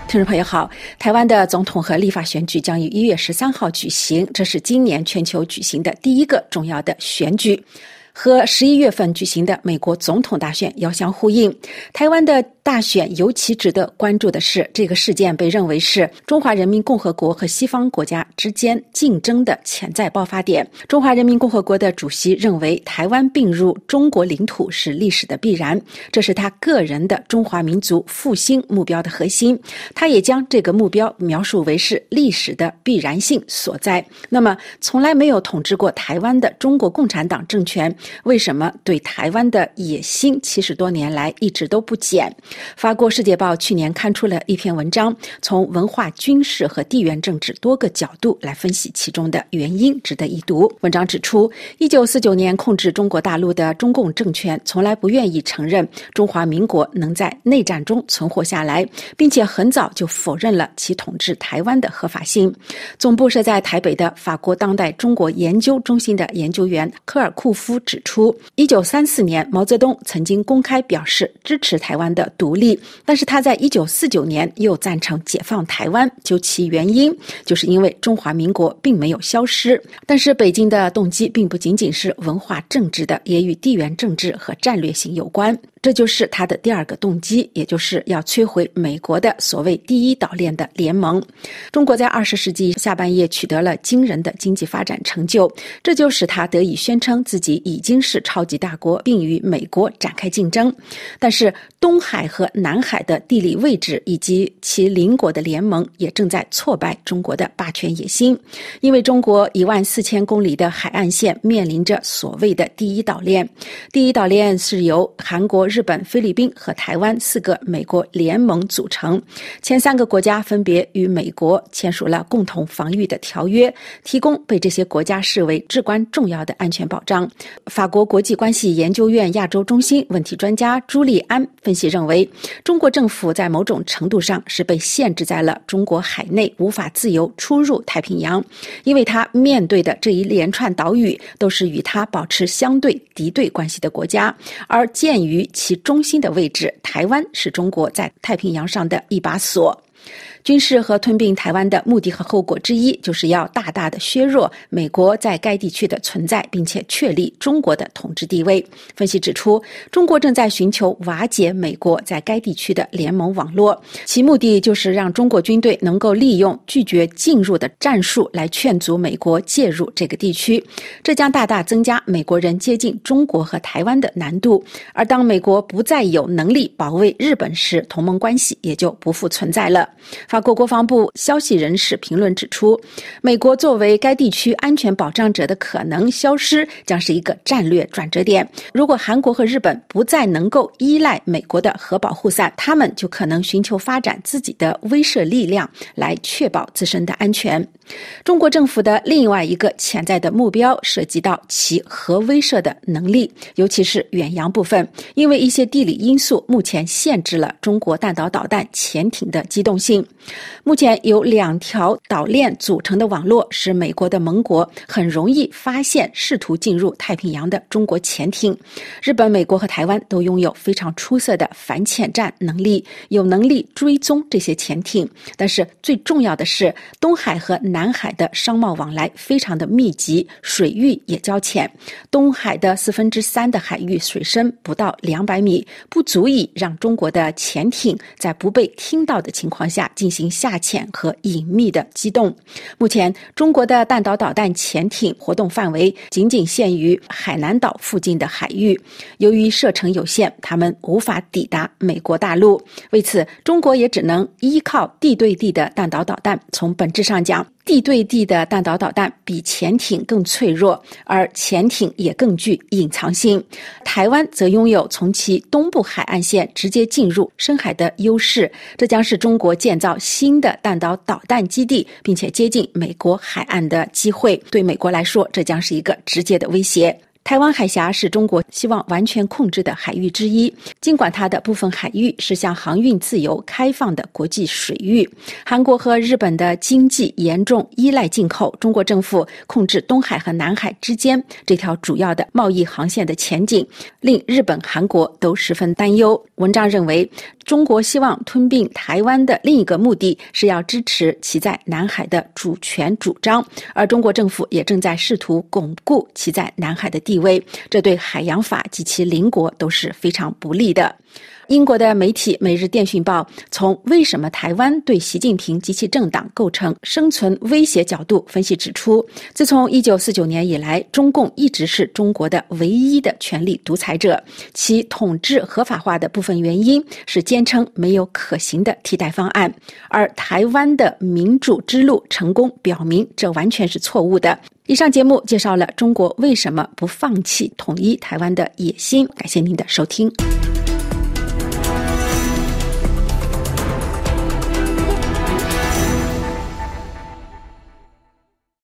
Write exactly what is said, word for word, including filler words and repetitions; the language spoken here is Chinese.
听众朋友好，台湾的总统和立法选举将于一月十三号举行，这是今年全球举行的第一个重要的选举，和十一月份举行的美国总统大选遥相呼应。台湾的大选尤其值得关注的是，这个事件被认为是中华人民共和国和西方国家之间竞争的潜在爆发点。中华人民共和国的主席认为，台湾并入中国领土是历史的必然，这是他个人的中华民族复兴目标的核心。他也将这个目标描述为是历史的必然性所在。那么，从来没有统治过台湾的中国共产党政权，为什么对台湾的野心七十多年来一直都不减？法国《世界报》去年刊出了一篇文章，从文化、军事和地缘政治多个角度来分析其中的原因，值得一读。文章指出，一九四九年控制中国大陆的中共政权从来不愿意承认中华民国能在内战中存活下来，并且很早就否认了其统治台湾的合法性。总部设在台北的法国当代中国研究中心的研究员科尔库夫指出，一九三四年毛泽东曾经公开表示支持台湾的独立，但是他在一九四九年又赞成解放台湾，究其原因，就是因为中华民国并没有消失。但是北京的动机并不仅仅是文化政治的，也与地缘政治和战略性有关。这就是他的第二个动机，也就是要摧毁美国的所谓第一岛链的联盟。中国在二十世纪下半叶取得了惊人的经济发展成就，这就使他得以宣称自己已经是超级大国，并与美国展开竞争。但是东海和南海的地理位置以及其邻国的联盟也正在挫败中国的霸权野心，因为中国一万四千公里的海岸线面临着所谓的第一岛链。第一岛链是由韩国、日本、菲律宾和台湾四个美国联盟组成，前三个国家分别与美国签署了共同防御的条约，提供被这些国家视为至关重要的安全保障。法国国际关系研究院亚洲中心问题专家朱利安分析认为，中国政府在某种程度上是被限制在了中国海内，无法自由出入太平洋，因为它面对的这一连串岛屿都是与它保持相对敌对关系的国家，而鉴于其中心的位置，台湾是中国在太平洋上的一把锁。军事和吞并台湾的目的和后果之一，就是要大大的削弱美国在该地区的存在，并且确立中国的统治地位。分析指出，中国正在寻求瓦解美国在该地区的联盟网络，其目的就是让中国军队能够利用拒绝进入的战术来劝阻美国介入这个地区，这将大大增加美国人接近中国和台湾的难度。而当美国不再有能力保卫日本时，同盟关系也就不复存在了。法国国防部消息人士评论指出，美国作为该地区安全保障者的可能消失将是一个战略转折点。如果韩国和日本不再能够依赖美国的核保护伞，他们就可能寻求发展自己的威慑力量来确保自身的安全。中国政府的另外一个潜在的目标涉及到其核威慑的能力，尤其是远洋部分，因为一些地理因素目前限制了中国弹道导弹潜艇的机动性。目前有两条岛链组成的网络，使美国的盟国很容易发现试图进入太平洋的中国潜艇。日本、美国和台湾都拥有非常出色的反潜战能力，有能力追踪这些潜艇。但是最重要的是，东海和南海的商贸往来非常的密集，水域也较浅。东海的四分之三的海域水深不到两百米，不足以让中国的潜艇在不被听到的情况下进行下潜和隐秘的机动。目前中国的弹道导弹潜艇活动范围仅仅限于海南岛附近的海域，由于射程有限，他们无法抵达美国大陆。为此，中国也只能依靠地对地的弹道导弹。从本质上讲，地对地的弹道导弹比潜艇更脆弱，而潜艇也更具隐藏性。台湾则拥有从其东部海岸线直接进入深海的优势，这将是中国建造新的弹道导弹基地并且接近美国海岸的机会。对美国来说，这将是一个直接的威胁。台湾海峡是中国希望完全控制的海域之一，尽管它的部分海域是向航运自由开放的国际水域。韩国和日本的经济严重依赖进口，中国政府控制东海和南海之间这条主要的贸易航线的前景，令日本、韩国都十分担忧。文章认为， 中国希望吞并台湾的另一个目的是要支持其在南海的主权主张，而中国政府也正在试图巩固其在南海的地位，这对海洋法及其邻国都是非常不利的。英国的媒体《每日电讯报》从为什么台湾对习近平及其政党构成生存威胁角度分析指出，自从一九四九年以来，中共一直是中国的唯一的权力独裁者，其统治合法化的部分原因是坚称没有可行的替代方案，而台湾的民主之路成功表明这完全是错误的。以上节目介绍了中国为什么不放弃统一台湾的野心，感谢您的收听。